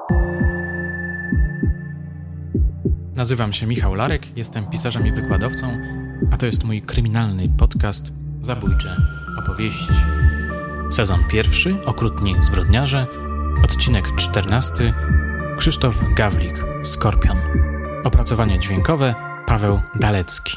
Nazywam się Michał Larek, jestem pisarzem i wykładowcą, a to jest mój kryminalny podcast Zabójcze opowieści. Sezon 1, Okrutni zbrodniarze, odcinek 14, Krzysztof Gawlik, Skorpion. Opracowanie dźwiękowe, Paweł Dalecki.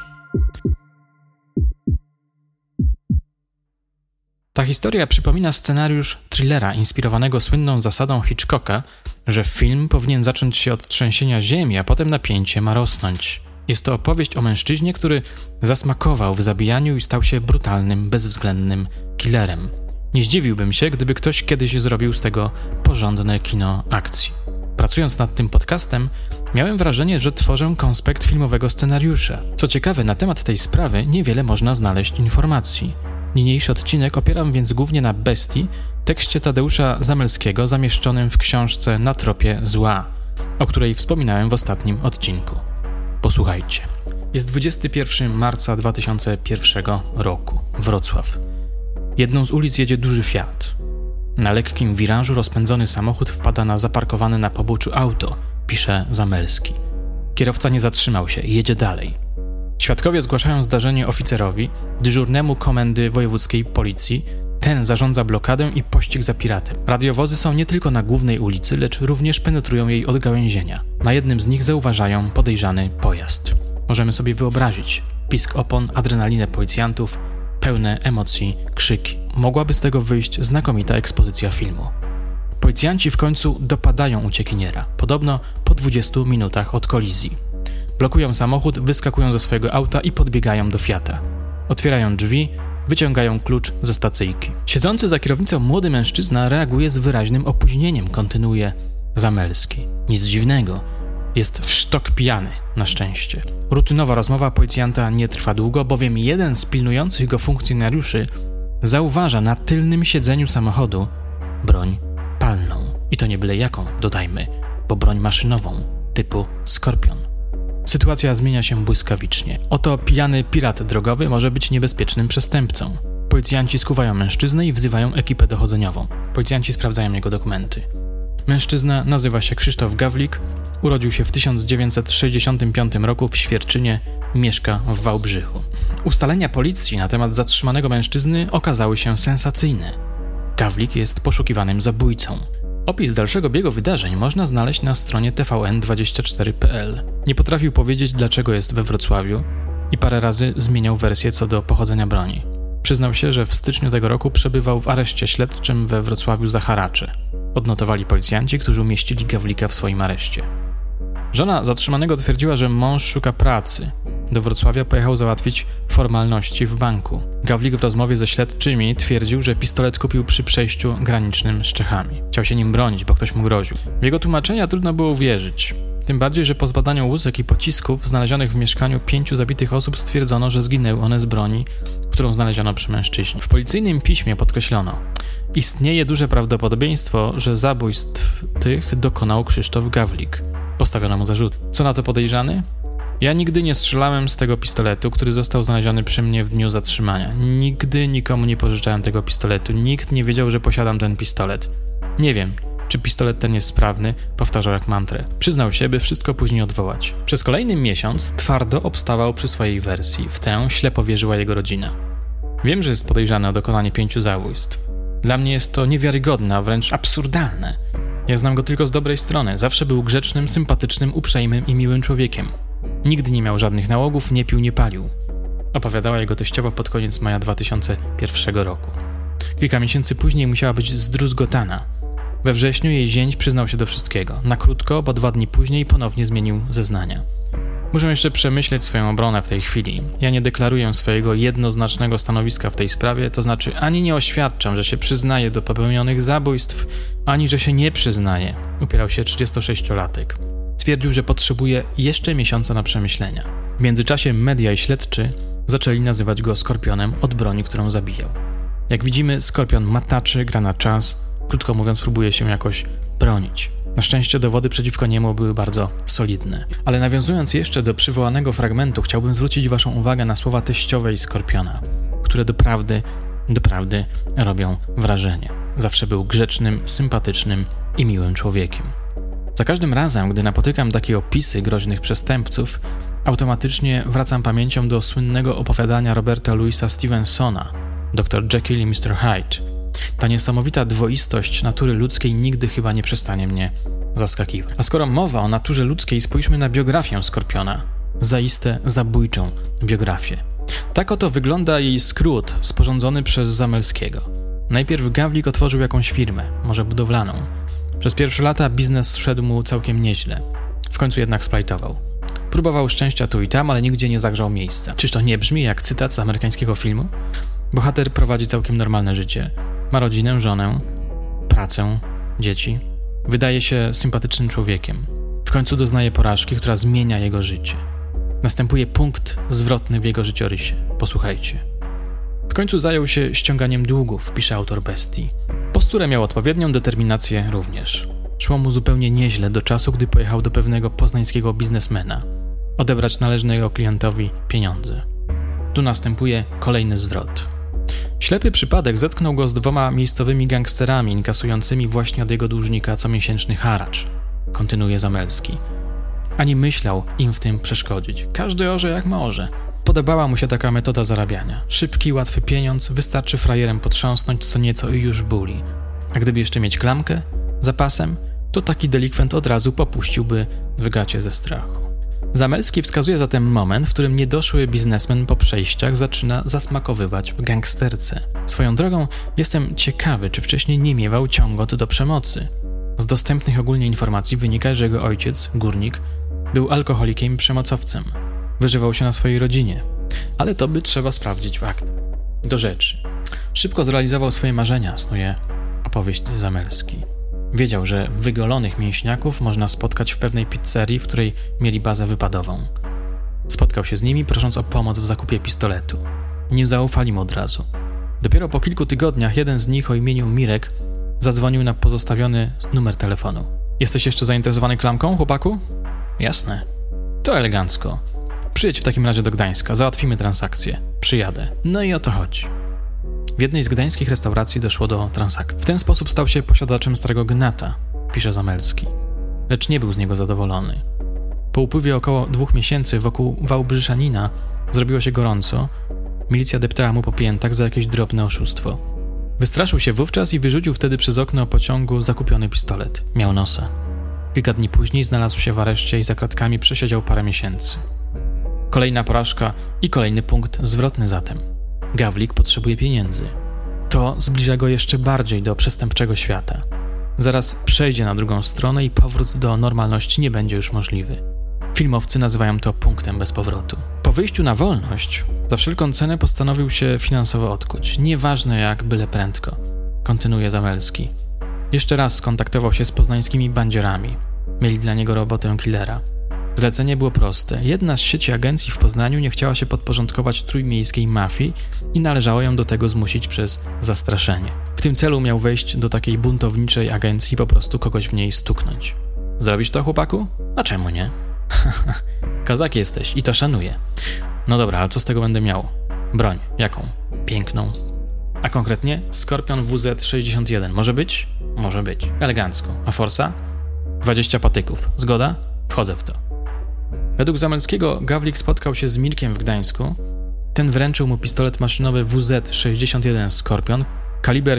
Ta historia przypomina scenariusz thrillera inspirowanego słynną zasadą Hitchcocka, że film powinien zacząć się od trzęsienia ziemi, a potem napięcie ma rosnąć. Jest to opowieść o mężczyźnie, który zasmakował w zabijaniu i stał się brutalnym, bezwzględnym killerem. Nie zdziwiłbym się, gdyby ktoś kiedyś zrobił z tego porządne kino akcji. Pracując nad tym podcastem, miałem wrażenie, że tworzę konspekt filmowego scenariusza. Co ciekawe, na temat tej sprawy niewiele można znaleźć informacji. Niniejszy odcinek opieram więc głównie na Bestii, tekście Tadeusza Zamelskiego zamieszczonym w książce Na tropie zła, o której wspominałem w ostatnim odcinku. Posłuchajcie. Jest 21 marca 2001 roku. Wrocław. Jedną z ulic jedzie duży Fiat. Na lekkim wirażu rozpędzony samochód wpada na zaparkowane na poboczu auto, pisze Zamelski. Kierowca nie zatrzymał się i jedzie dalej. Świadkowie zgłaszają zdarzenie oficerowi, dyżurnemu komendy wojewódzkiej policji. Ten zarządza blokadę i pościg za piratem. Radiowozy są nie tylko na głównej ulicy, lecz również penetrują jej odgałęzienia. Na jednym z nich zauważają podejrzany pojazd. Możemy sobie wyobrazić pisk opon, adrenalinę policjantów, pełne emocji, krzyki. Mogłaby z tego wyjść znakomita ekspozycja filmu. Policjanci w końcu dopadają uciekiniera, podobno po 20 minutach od kolizji. Blokują samochód, wyskakują ze swojego auta i podbiegają do Fiata. Otwierają drzwi, wyciągają klucz ze stacyjki. Siedzący za kierownicą młody mężczyzna reaguje z wyraźnym opóźnieniem, kontynuuje Zamelski. Nic dziwnego. Jest w sztok pijany, na szczęście. Rutynowa rozmowa policjanta nie trwa długo, bowiem jeden z pilnujących go funkcjonariuszy zauważa na tylnym siedzeniu samochodu broń palną. I to nie byle jaką, dodajmy, bo broń maszynową, typu Skorpion. Sytuacja zmienia się błyskawicznie. Oto pijany pirat drogowy może być niebezpiecznym przestępcą. Policjanci skuwają mężczyznę i wzywają ekipę dochodzeniową. Policjanci sprawdzają jego dokumenty. Mężczyzna nazywa się Krzysztof Gawlik, urodził się w 1965 roku w Świerczynie, mieszka w Wałbrzychu. Ustalenia policji na temat zatrzymanego mężczyzny okazały się sensacyjne. Gawlik jest poszukiwanym zabójcą. Opis dalszego biegu wydarzeń można znaleźć na stronie tvn24.pl. Nie potrafił powiedzieć, dlaczego jest we Wrocławiu i parę razy zmieniał wersję co do pochodzenia broni. Przyznał się, że w styczniu tego roku przebywał w areszcie śledczym we Wrocławiu za haracze. Odnotowali policjanci, którzy umieścili Gawlika w swoim areszcie. Żona zatrzymanego twierdziła, że mąż szuka pracy. Do Wrocławia pojechał załatwić formalności w banku. Gawlik w rozmowie ze śledczymi twierdził, że pistolet kupił przy przejściu granicznym z Czechami. Chciał się nim bronić, bo ktoś mu groził. W jego tłumaczenia trudno było uwierzyć. Tym bardziej, że po zbadaniu łusek i pocisków znalezionych w mieszkaniu 5 zabitych osób stwierdzono, że zginęły one z broni, którą znaleziono przy mężczyźnie. W policyjnym piśmie podkreślono: istnieje duże prawdopodobieństwo, że zabójstw tych dokonał Krzysztof Gawlik. Postawiono mu zarzut. Co na to podejrzany? Ja nigdy nie strzelałem z tego pistoletu, który został znaleziony przy mnie w dniu zatrzymania. Nigdy nikomu nie pożyczałem tego pistoletu. Nikt nie wiedział, że posiadam ten pistolet. Nie wiem, czy pistolet ten jest sprawny, powtarzał jak mantrę. Przyznał się, by wszystko później odwołać. Przez kolejny miesiąc twardo obstawał przy swojej wersji. W tę ślepo wierzyła jego rodzina. Wiem, że jest podejrzany o dokonanie 5 zabójstw. Dla mnie jest to niewiarygodne, a wręcz absurdalne. Ja znam go tylko z dobrej strony. Zawsze był grzecznym, sympatycznym, uprzejmym i miłym człowiekiem. Nigdy nie miał żadnych nałogów, nie pił, nie palił. Opowiadała jego teściowa pod koniec maja 2001 roku. Kilka miesięcy później musiała być zdruzgotana. We wrześniu jej zięć przyznał się do wszystkiego. Na krótko, bo 2 dni później ponownie zmienił zeznania. Muszę jeszcze przemyśleć swoją obronę w tej chwili. Ja nie deklaruję swojego jednoznacznego stanowiska w tej sprawie, to znaczy ani nie oświadczam, że się przyznaję do popełnionych zabójstw, ani że się nie przyznaję, upierał się 36-latek. Stwierdził, że potrzebuje jeszcze miesiąca na przemyślenia. W międzyczasie media i śledczy zaczęli nazywać go Skorpionem od broni, którą zabijał. Jak widzimy, Skorpion mataczy, gra na czas, krótko mówiąc próbuje się jakoś bronić. Na szczęście dowody przeciwko niemu były bardzo solidne. Ale nawiązując jeszcze do przywołanego fragmentu, chciałbym zwrócić waszą uwagę na słowa teściowej Skorpiona, które doprawdy robią wrażenie. Zawsze był grzecznym, sympatycznym i miłym człowiekiem. Za każdym razem, gdy napotykam takie opisy groźnych przestępców, automatycznie wracam pamięcią do słynnego opowiadania Roberta Louisa Stevensona, Dr. Jekyll i Mr. Hyde. Ta niesamowita dwoistość natury ludzkiej nigdy chyba nie przestanie mnie zaskakiwać. A skoro mowa o naturze ludzkiej, spójrzmy na biografię Skorpiona. Zaiste zabójczą biografię. Tak oto wygląda jej skrót sporządzony przez Zamelskiego. Najpierw Gawlik otworzył jakąś firmę, może budowlaną. Przez pierwsze lata biznes szedł mu całkiem nieźle. W końcu jednak splajtował. Próbował szczęścia tu i tam, ale nigdzie nie zagrzał miejsca. Czyż to nie brzmi jak cytat z amerykańskiego filmu? Bohater prowadzi całkiem normalne życie. Ma rodzinę, żonę, pracę, dzieci. Wydaje się sympatycznym człowiekiem. W końcu doznaje porażki, która zmienia jego życie. Następuje punkt zwrotny w jego życiorysie. Posłuchajcie. W końcu zajął się ściąganiem długów, pisze autor Bestii. Posturę miał odpowiednią, determinację również. Szło mu zupełnie nieźle do czasu, gdy pojechał do pewnego poznańskiego biznesmena odebrać należnego klientowi pieniądze. Tu następuje kolejny zwrot. Ślepy przypadek zetknął go z 2 miejscowymi gangsterami inkasującymi właśnie od jego dłużnika comiesięczny haracz. Kontynuuje Zamelski. Ani myślał im w tym przeszkodzić. Każdy orze jak może. Podobała mu się taka metoda zarabiania. Szybki, łatwy pieniądz, wystarczy frajerem potrząsnąć co nieco i już buli. A gdyby jeszcze mieć klamkę za pasem, to taki delikwent od razu popuściłby w gacie ze strachu. Zamelski wskazuje zatem moment, w którym niedoszły biznesmen po przejściach zaczyna zasmakowywać w gangsterce. Swoją drogą jestem ciekawy, czy wcześniej nie miewał ciągot do przemocy. Z dostępnych ogólnie informacji wynika, że jego ojciec, górnik, był alkoholikiem i przemocowcem. Wyżywał się na swojej rodzinie. Ale to by trzeba sprawdzić w aktach. Do rzeczy. Szybko zrealizował swoje marzenia, snuje opowieść Zamelski. Wiedział, że wygolonych mięśniaków można spotkać w pewnej pizzerii, w której mieli bazę wypadową. Spotkał się z nimi, prosząc o pomoc w zakupie pistoletu. Nie zaufali mu od razu. Dopiero po kilku tygodniach jeden z nich o imieniu Mirek zadzwonił na pozostawiony numer telefonu. Jesteś jeszcze zainteresowany klamką, chłopaku? Jasne. To elegancko. Przyjedź w takim razie do Gdańska, załatwimy transakcję. Przyjadę. No i o to chodzi. W jednej z gdańskich restauracji doszło do transakcji. W ten sposób stał się posiadaczem starego gnata, pisze Zamelski. Lecz nie był z niego zadowolony. Po upływie około 2 miesięcy wokół Wałbrzyczanina zrobiło się gorąco. Milicja deptała mu po piętach za jakieś drobne oszustwo. Wystraszył się wówczas i wyrzucił wtedy przez okno pociągu zakupiony pistolet. Miał nosa. Kilka dni później znalazł się w areszcie i za kratkami przesiedział parę miesięcy. Kolejna porażka i kolejny punkt zwrotny zatem. Gawlik potrzebuje pieniędzy. To zbliża go jeszcze bardziej do przestępczego świata. Zaraz przejdzie na drugą stronę i powrót do normalności nie będzie już możliwy. Filmowcy nazywają to punktem bez powrotu. Po wyjściu na wolność za wszelką cenę postanowił się finansowo odkuć. Nieważne jak, byle prędko. Kontynuuje Zamelski. Jeszcze raz skontaktował się z poznańskimi bandzierami. Mieli dla niego robotę killera. Zlecenie było proste. Jedna z sieci agencji w Poznaniu nie chciała się podporządkować trójmiejskiej mafii i należało ją do tego zmusić przez zastraszenie. W tym celu miał wejść do takiej buntowniczej agencji i po prostu kogoś w niej stuknąć. Zrobisz to, chłopaku? A czemu nie? Kozak jesteś i to szanuję. No dobra, ale co z tego będę miał? Broń. Jaką? Piękną. A konkretnie Skorpion WZ-61. Może być? Może być. Elegancko. A forsa? 20 patyków. Zgoda? Wchodzę w to. Według Zamelskiego Gawlik spotkał się z Mirkiem w Gdańsku. Ten wręczył mu pistolet maszynowy WZ-61 Skorpion, kaliber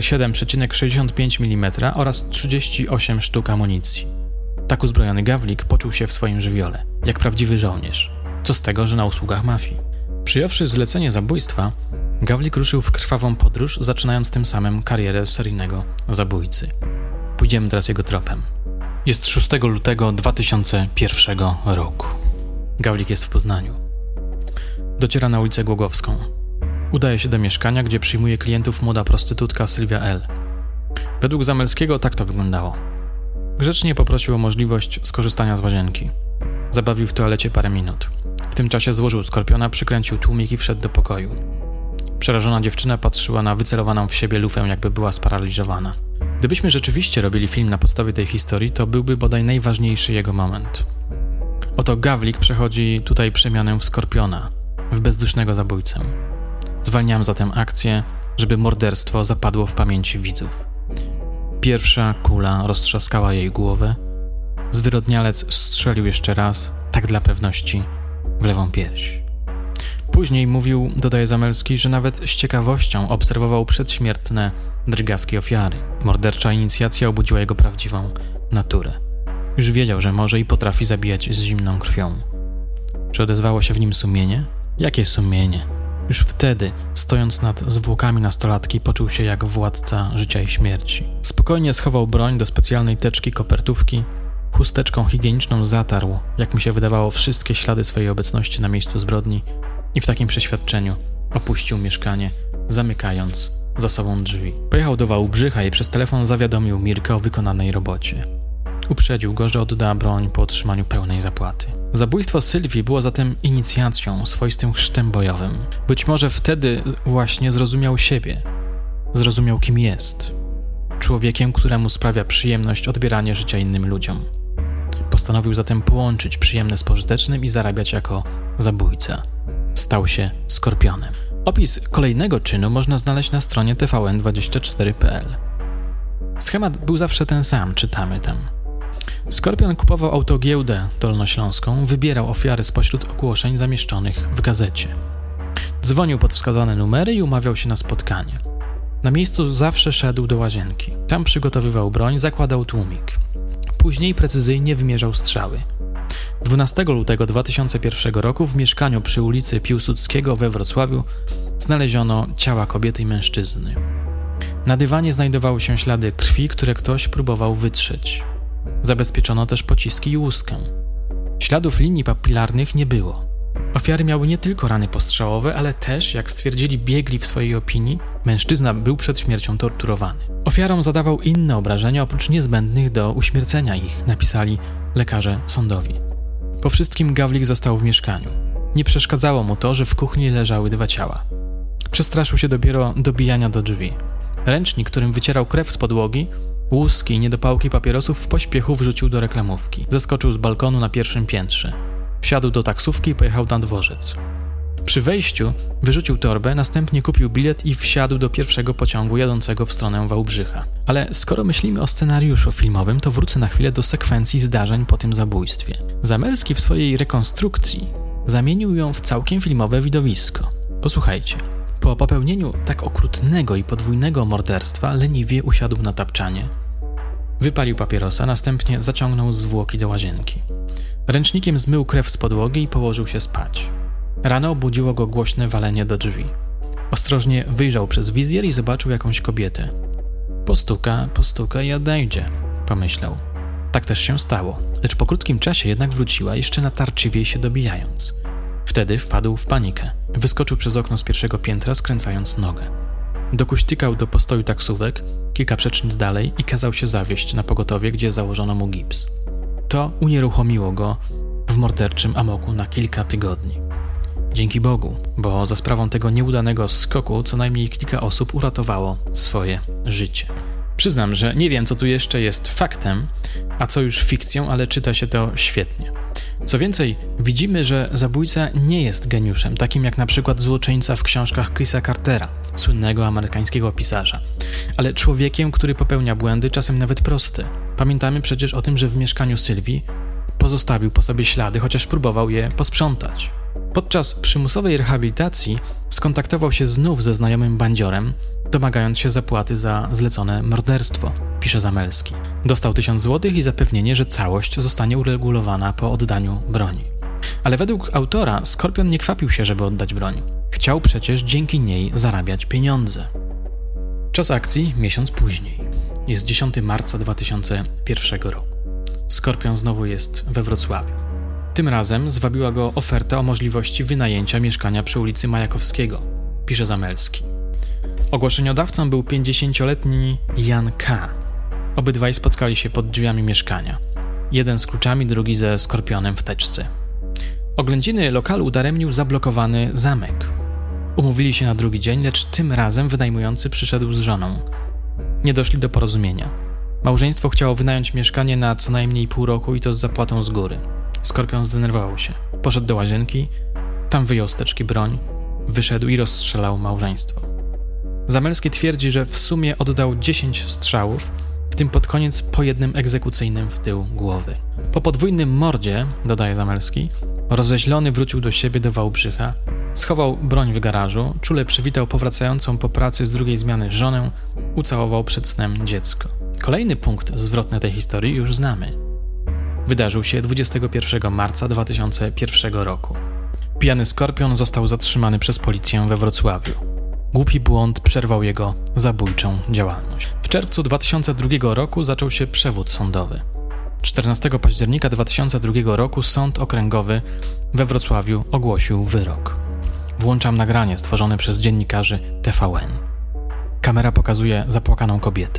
7,65 mm oraz 38 sztuk amunicji. Tak uzbrojony Gawlik poczuł się w swoim żywiole, jak prawdziwy żołnierz. Co z tego, że na usługach mafii. Przyjąwszy zlecenie zabójstwa, Gawlik ruszył w krwawą podróż, zaczynając tym samym karierę seryjnego zabójcy. Pójdziemy teraz jego tropem. Jest 6 lutego 2001 roku. Gawlik jest w Poznaniu. Dociera na ulicę Głogowską. Udaje się do mieszkania, gdzie przyjmuje klientów młoda prostytutka Sylwia L. Według Zamelskiego tak to wyglądało. Grzecznie poprosił o możliwość skorzystania z łazienki. Zabawił w toalecie parę minut. W tym czasie złożył Skorpiona, przykręcił tłumik i wszedł do pokoju. Przerażona dziewczyna patrzyła na wycelowaną w siebie lufę, jakby była sparaliżowana. Gdybyśmy rzeczywiście robili film na podstawie tej historii, to byłby bodaj najważniejszy jego moment. Oto Gawlik przechodzi tutaj przemianę w Skorpiona, w bezdusznego zabójcę. Zwalniam zatem akcję, żeby morderstwo zapadło w pamięci widzów. Pierwsza kula roztrzaskała jej głowę, Zwyrodnialec strzelił jeszcze raz, tak dla pewności, w lewą pierś. Później mówił, dodaje Zamelski, że nawet z ciekawością obserwował przedśmiertne drgawki ofiary. Mordercza inicjacja obudziła jego prawdziwą naturę. Już wiedział, że może i potrafi zabijać z zimną krwią. Czy odezwało się w nim sumienie? Jakie sumienie? Już wtedy, stojąc nad zwłokami nastolatki, poczuł się jak władca życia i śmierci. Spokojnie schował broń do specjalnej teczki kopertówki, chusteczką higieniczną zatarł, jak mu się wydawało, wszystkie ślady swojej obecności na miejscu zbrodni i w takim przeświadczeniu opuścił mieszkanie, zamykając za sobą drzwi. Pojechał do Wałbrzycha i przez telefon zawiadomił Mirkę o wykonanej robocie. Uprzedził go, że odda broń po otrzymaniu pełnej zapłaty. Zabójstwo Sylwii było zatem inicjacją, swoistym chrztem bojowym. Być może wtedy właśnie zrozumiał siebie. Zrozumiał, kim jest. Człowiekiem, któremu sprawia przyjemność odbieranie życia innym ludziom. Postanowił zatem połączyć przyjemne z pożytecznym i zarabiać jako zabójca. Stał się Skorpionem. Opis kolejnego czynu można znaleźć na stronie tvn24.pl. Schemat był zawsze ten sam, czytamy tam. Skorpion kupował autogiełdę dolnośląską, wybierał ofiary spośród ogłoszeń zamieszczonych w gazecie. Dzwonił pod wskazane numery i umawiał się na spotkanie. Na miejscu zawsze szedł do łazienki. Tam przygotowywał broń, zakładał tłumik. Później precyzyjnie wymierzał strzały. 12 lutego 2001 roku w mieszkaniu przy ulicy Piłsudskiego we Wrocławiu znaleziono ciała kobiety i mężczyzny. Na dywanie znajdowały się ślady krwi, które ktoś próbował wytrzeć. Zabezpieczono też pociski i łuskę. Śladów linii papilarnych nie było. Ofiary miały nie tylko rany postrzałowe, ale też, jak stwierdzili biegli w swojej opinii, mężczyzna był przed śmiercią torturowany. Ofiarom zadawał inne obrażenia oprócz niezbędnych do uśmiercenia ich, napisali lekarze sądowi. Po wszystkim Gawlik został w mieszkaniu. Nie przeszkadzało mu to, że w kuchni leżały 2 ciała. Przestraszył się dopiero dobijania do drzwi. Ręcznik, którym wycierał krew z podłogi, łuski i niedopałki papierosów w pośpiechu wrzucił do reklamówki. Zeskoczył z balkonu na 1. piętrze. Wsiadł do taksówki i pojechał na dworzec. Przy wejściu wyrzucił torbę, następnie kupił bilet i wsiadł do pierwszego pociągu jadącego w stronę Wałbrzycha. Ale skoro myślimy o scenariuszu filmowym, to wrócę na chwilę do sekwencji zdarzeń po tym zabójstwie. Zamelski w swojej rekonstrukcji zamienił ją w całkiem filmowe widowisko. Posłuchajcie. Po popełnieniu tak okrutnego i podwójnego morderstwa leniwie usiadł na tapczanie. Wypalił papierosa, następnie zaciągnął zwłoki do łazienki. Ręcznikiem zmył krew z podłogi i położył się spać. Rano obudziło go głośne walenie do drzwi. Ostrożnie wyjrzał przez wizjer i zobaczył jakąś kobietę. Postuka i odejdzie, pomyślał. Tak też się stało, lecz po krótkim czasie jednak wróciła, jeszcze natarczywiej się dobijając. Wtedy wpadł w panikę. Wyskoczył przez okno z 1. piętra, skręcając nogę. Dokuśtykał do postoju taksówek, kilka przecznic dalej i kazał się zawieźć na pogotowie, gdzie założono mu gips. To unieruchomiło go w morderczym amoku na kilka tygodni. Dzięki Bogu, bo za sprawą tego nieudanego skoku co najmniej kilka osób uratowało swoje życie. Przyznam, że nie wiem, co tu jeszcze jest faktem, a co już fikcją, ale czyta się to świetnie. Co więcej, widzimy, że zabójca nie jest geniuszem, takim jak na przykład złoczyńca w książkach Chrisa Cartera, słynnego amerykańskiego pisarza, ale człowiekiem, który popełnia błędy, czasem nawet proste. Pamiętamy przecież o tym, że w mieszkaniu Sylwii pozostawił po sobie ślady, chociaż próbował je posprzątać. Podczas przymusowej rehabilitacji skontaktował się znów ze znajomym bandziorem, domagając się zapłaty za zlecone morderstwo, pisze Zamelski. Dostał 1000 zł i zapewnienie, że całość zostanie uregulowana po oddaniu broni. Ale według autora Skorpion nie kwapił się, żeby oddać broń. Chciał przecież dzięki niej zarabiać pieniądze. Czas akcji miesiąc później. Jest 10 marca 2001 roku. Skorpion znowu jest we Wrocławiu. Tym razem zwabiła go oferta o możliwości wynajęcia mieszkania przy ulicy Majakowskiego, pisze Zamelski. Ogłoszeniodawcą był 50-letni Jan K. Obydwaj spotkali się pod drzwiami mieszkania. Jeden z kluczami, drugi ze Skorpionem w teczce. Oględziny lokalu udaremnił zablokowany zamek. Umówili się na drugi dzień, lecz tym razem wynajmujący przyszedł z żoną. Nie doszli do porozumienia. Małżeństwo chciało wynająć mieszkanie na co najmniej pół roku i to z zapłatą z góry. Skorpion zdenerwował się. Poszedł do łazienki, tam wyjął z teczki broń, wyszedł i rozstrzelał małżeństwo. Zamelski twierdzi, że w sumie oddał 10 strzałów, w tym pod koniec po jednym egzekucyjnym w tył głowy. Po podwójnym mordzie, dodaje Zamelski, rozeźlony wrócił do siebie do Wałbrzycha, schował broń w garażu, czule przywitał powracającą po pracy z drugiej zmiany żonę, ucałował przed snem dziecko. Kolejny punkt zwrotny tej historii już znamy. Wydarzył się 21 marca 2001 roku. Pijany Skorpion został zatrzymany przez policję we Wrocławiu. Głupi błąd przerwał jego zabójczą działalność. W czerwcu 2002 roku zaczął się przewód sądowy. 14 października 2002 roku Sąd Okręgowy we Wrocławiu ogłosił wyrok. Włączam nagranie stworzone przez dziennikarzy TVN. Kamera pokazuje zapłakaną kobietę.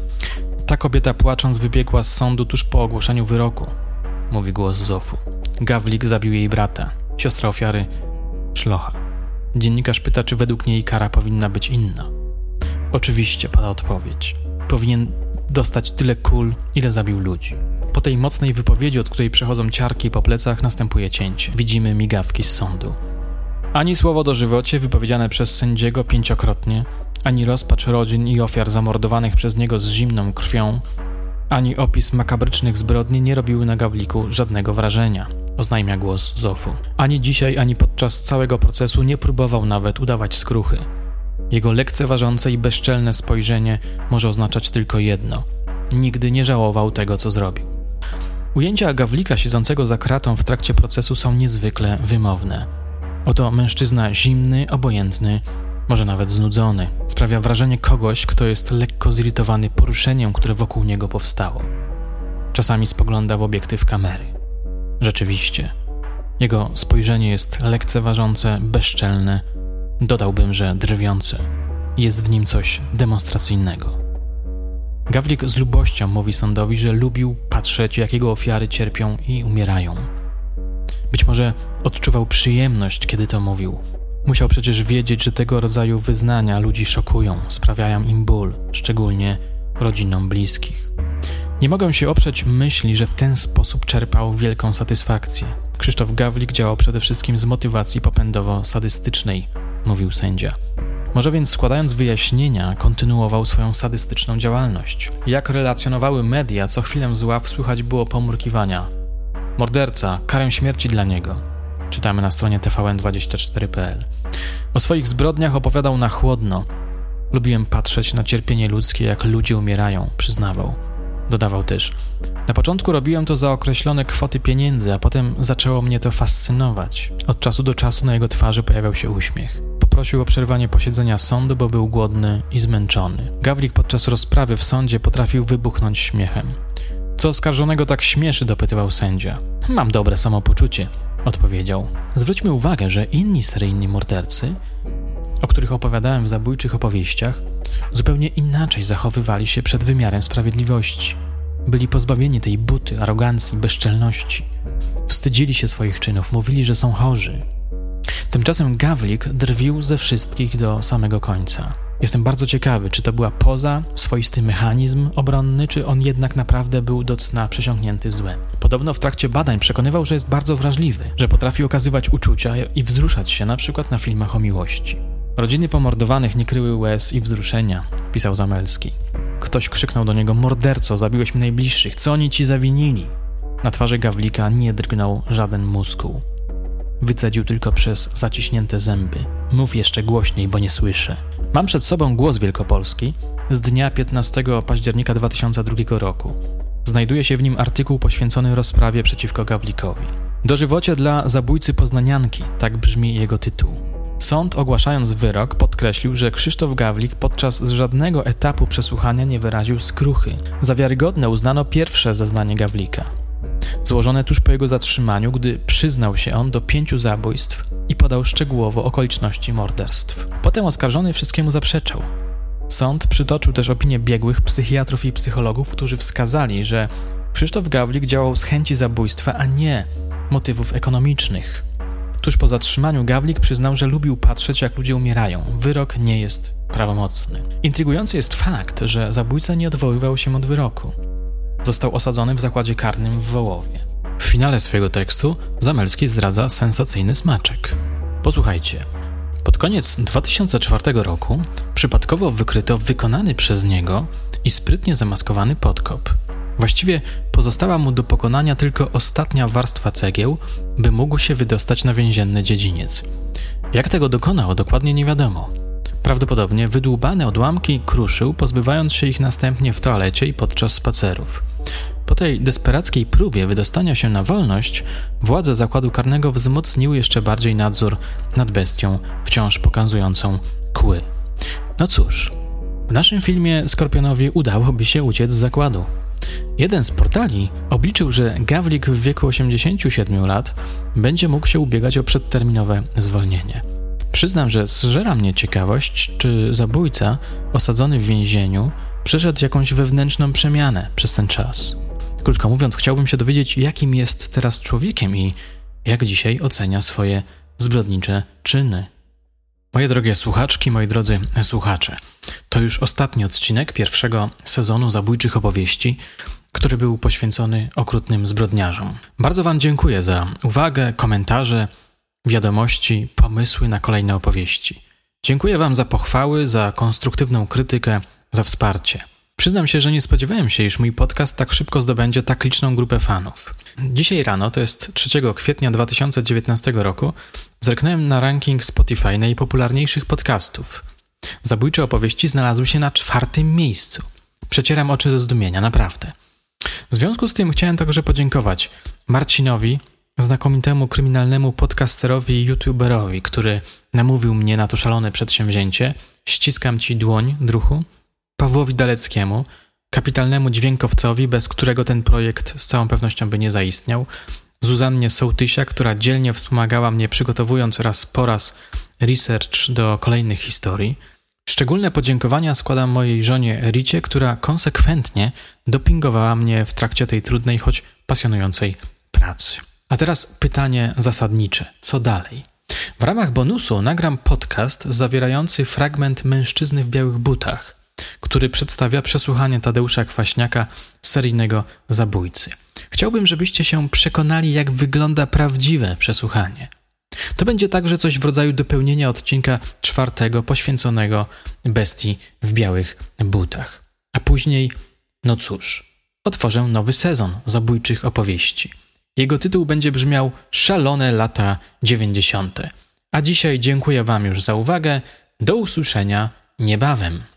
Ta kobieta płacząc wybiegła z sądu tuż po ogłoszeniu wyroku, mówi głos Zofu. Gawlik zabił jej brata, siostra ofiary szlocha. Dziennikarz pyta, czy według niej kara powinna być inna. Oczywiście, pada odpowiedź. Powinien dostać tyle kul, ile zabił ludzi. Po tej mocnej wypowiedzi, od której przechodzą ciarki po plecach, następuje cięcie. Widzimy migawki z sądu. Ani słowo dożywocie wypowiedziane przez sędziego 5-krotnie, ani rozpacz rodzin i ofiar zamordowanych przez niego z zimną krwią, ani opis makabrycznych zbrodni nie robiły na Gawliku żadnego wrażenia, oznajmia głos Zofu. Ani dzisiaj, ani podczas całego procesu nie próbował nawet udawać skruchy. Jego lekceważące i bezczelne spojrzenie może oznaczać tylko jedno. Nigdy nie żałował tego, co zrobił. Ujęcia Gawlika siedzącego za kratą w trakcie procesu są niezwykle wymowne. Oto mężczyzna zimny, obojętny, może nawet znudzony. Sprawia wrażenie kogoś, kto jest lekko zirytowany poruszeniem, które wokół niego powstało. Czasami spogląda w obiektyw kamery. Rzeczywiście, jego spojrzenie jest lekceważące, bezczelne, dodałbym, że drwiące. Jest w nim coś demonstracyjnego. Gawlik z lubością mówi sądowi, że lubił patrzeć, jak jego ofiary cierpią i umierają. Być może odczuwał przyjemność, kiedy to mówił. Musiał przecież wiedzieć, że tego rodzaju wyznania ludzi szokują, sprawiają im ból, szczególnie rodzinom bliskich. Nie mogę się oprzeć myśli, że w ten sposób czerpał wielką satysfakcję. Krzysztof Gawlik działał przede wszystkim z motywacji popędowo-sadystycznej, mówił sędzia. Może więc składając wyjaśnienia, kontynuował swoją sadystyczną działalność. Jak relacjonowały media, co chwilę z ław słychać było pomrukiwania. Morderca, karę śmierci dla niego. Czytamy na stronie tvn24.pl. O swoich zbrodniach opowiadał na chłodno. Lubiłem patrzeć na cierpienie ludzkie, jak ludzie umierają, przyznawał. Dodawał też. Na początku robiłem to za określone kwoty pieniędzy, a potem zaczęło mnie to fascynować. Od czasu do czasu na jego twarzy pojawiał się uśmiech. Poprosił o przerwanie posiedzenia sądu, bo był głodny i zmęczony. Gawlik podczas rozprawy w sądzie potrafił wybuchnąć śmiechem. Co oskarżonego tak śmieszy, dopytywał sędzia. Mam dobre samopoczucie, odpowiedział. Zwróćmy uwagę, że inni seryjni mordercy, o których opowiadałem w zabójczych opowieściach, zupełnie inaczej zachowywali się przed wymiarem sprawiedliwości. Byli pozbawieni tej buty, arogancji, bezczelności. Wstydzili się swoich czynów, mówili, że są chorzy. Tymczasem Gawlik drwił ze wszystkich do samego końca. Jestem bardzo ciekawy, czy to była poza, swoisty mechanizm obronny, czy on jednak naprawdę był do cna przesiąknięty złem. Podobno w trakcie badań przekonywał, że jest bardzo wrażliwy, że potrafi okazywać uczucia i wzruszać się na przykład na filmach o miłości. Rodziny pomordowanych nie kryły łez i wzruszenia, pisał Zamelski. Ktoś krzyknął do niego: morderco, zabiłeś mi najbliższych, co oni ci zawinili? Na twarzy Gawlika nie drgnął żaden muskuł. Wycedził tylko przez zaciśnięte zęby. Mów jeszcze głośniej, bo nie słyszę. Mam przed sobą Głos Wielkopolski z dnia 15 października 2002 roku. Znajduje się w nim artykuł poświęcony rozprawie przeciwko Gawlikowi. Dożywocie dla zabójcy poznanianki, tak brzmi jego tytuł. Sąd, ogłaszając wyrok, podkreślił, że Krzysztof Gawlik podczas żadnego etapu przesłuchania nie wyraził skruchy. Za wiarygodne uznano pierwsze zeznanie Gawlika, złożone tuż po jego zatrzymaniu, gdy przyznał się on do 5 zabójstw i podał szczegółowo okoliczności morderstw. Potem oskarżony wszystkiemu zaprzeczał. Sąd przytoczył też opinię biegłych psychiatrów i psychologów, którzy wskazali, że Krzysztof Gawlik działał z chęci zabójstwa, a nie motywów ekonomicznych. Tuż po zatrzymaniu Gawlik przyznał, że lubił patrzeć, jak ludzie umierają. Wyrok nie jest prawomocny. Intrygujący jest fakt, że zabójca nie odwoływał się od wyroku. Został osadzony w zakładzie karnym w Wołowie. W finale swojego tekstu Zamelski zdradza sensacyjny smaczek. Posłuchajcie. Pod koniec 2004 roku przypadkowo wykryto wykonany przez niego i sprytnie zamaskowany podkop. Właściwie pozostała mu do pokonania tylko ostatnia warstwa cegieł, by mógł się wydostać na więzienny dziedziniec. Jak tego dokonał, dokładnie nie wiadomo. Prawdopodobnie wydłubane odłamki kruszył, pozbywając się ich następnie w toalecie i podczas spacerów. Po tej desperackiej próbie wydostania się na wolność, władze zakładu karnego wzmocniły jeszcze bardziej nadzór nad bestią, wciąż pokazującą kły. No cóż, w naszym filmie Skorpionowi udałoby się uciec z zakładu. Jeden z portali obliczył, że Gawlik w wieku 87 lat będzie mógł się ubiegać o przedterminowe zwolnienie. Przyznam, że zżera mnie ciekawość, czy zabójca osadzony w więzieniu przeszedł jakąś wewnętrzną przemianę przez ten czas. Krótko mówiąc, chciałbym się dowiedzieć, jakim jest teraz człowiekiem i jak dzisiaj ocenia swoje zbrodnicze czyny. Moje drogie słuchaczki, moi drodzy słuchacze, to już ostatni odcinek pierwszego sezonu Zabójczych Opowieści, który był poświęcony okrutnym zbrodniarzom. Bardzo Wam dziękuję za uwagę, komentarze, wiadomości, pomysły na kolejne opowieści. Dziękuję Wam za pochwały, za konstruktywną krytykę, za wsparcie. Przyznam się, że nie spodziewałem się, iż mój podcast tak szybko zdobędzie tak liczną grupę fanów. Dzisiaj rano, to jest 3 kwietnia 2019 roku, zerknąłem na ranking Spotify najpopularniejszych podcastów. Zabójcze opowieści znalazły się na 4. miejscu. Przecieram oczy ze zdumienia, naprawdę. W związku z tym chciałem także podziękować Marcinowi, znakomitemu kryminalnemu podcasterowi i youtuberowi, który namówił mnie na to szalone przedsięwzięcie. Ściskam Ci dłoń, druhu. Pawłowi Daleckiemu, kapitalnemu dźwiękowcowi, bez którego ten projekt z całą pewnością by nie zaistniał. Zuzannie Sołtysia, która dzielnie wspomagała mnie, przygotowując raz po raz research do kolejnych historii. Szczególne podziękowania składam mojej żonie Ricie, która konsekwentnie dopingowała mnie w trakcie tej trudnej, choć pasjonującej pracy. A teraz pytanie zasadnicze. Co dalej? W ramach bonusu nagram podcast zawierający fragment Mężczyzny w białych butach, który przedstawia przesłuchanie Tadeusza Kwaśniaka, seryjnego zabójcy. Chciałbym, żebyście się przekonali, jak wygląda prawdziwe przesłuchanie. To będzie także coś w rodzaju dopełnienia odcinka 4 poświęconego bestii w białych butach. A później, no cóż, otworzę nowy sezon Zabójczych Opowieści. Jego tytuł będzie brzmiał Szalone lata 90. A dzisiaj dziękuję Wam już za uwagę. Do usłyszenia niebawem.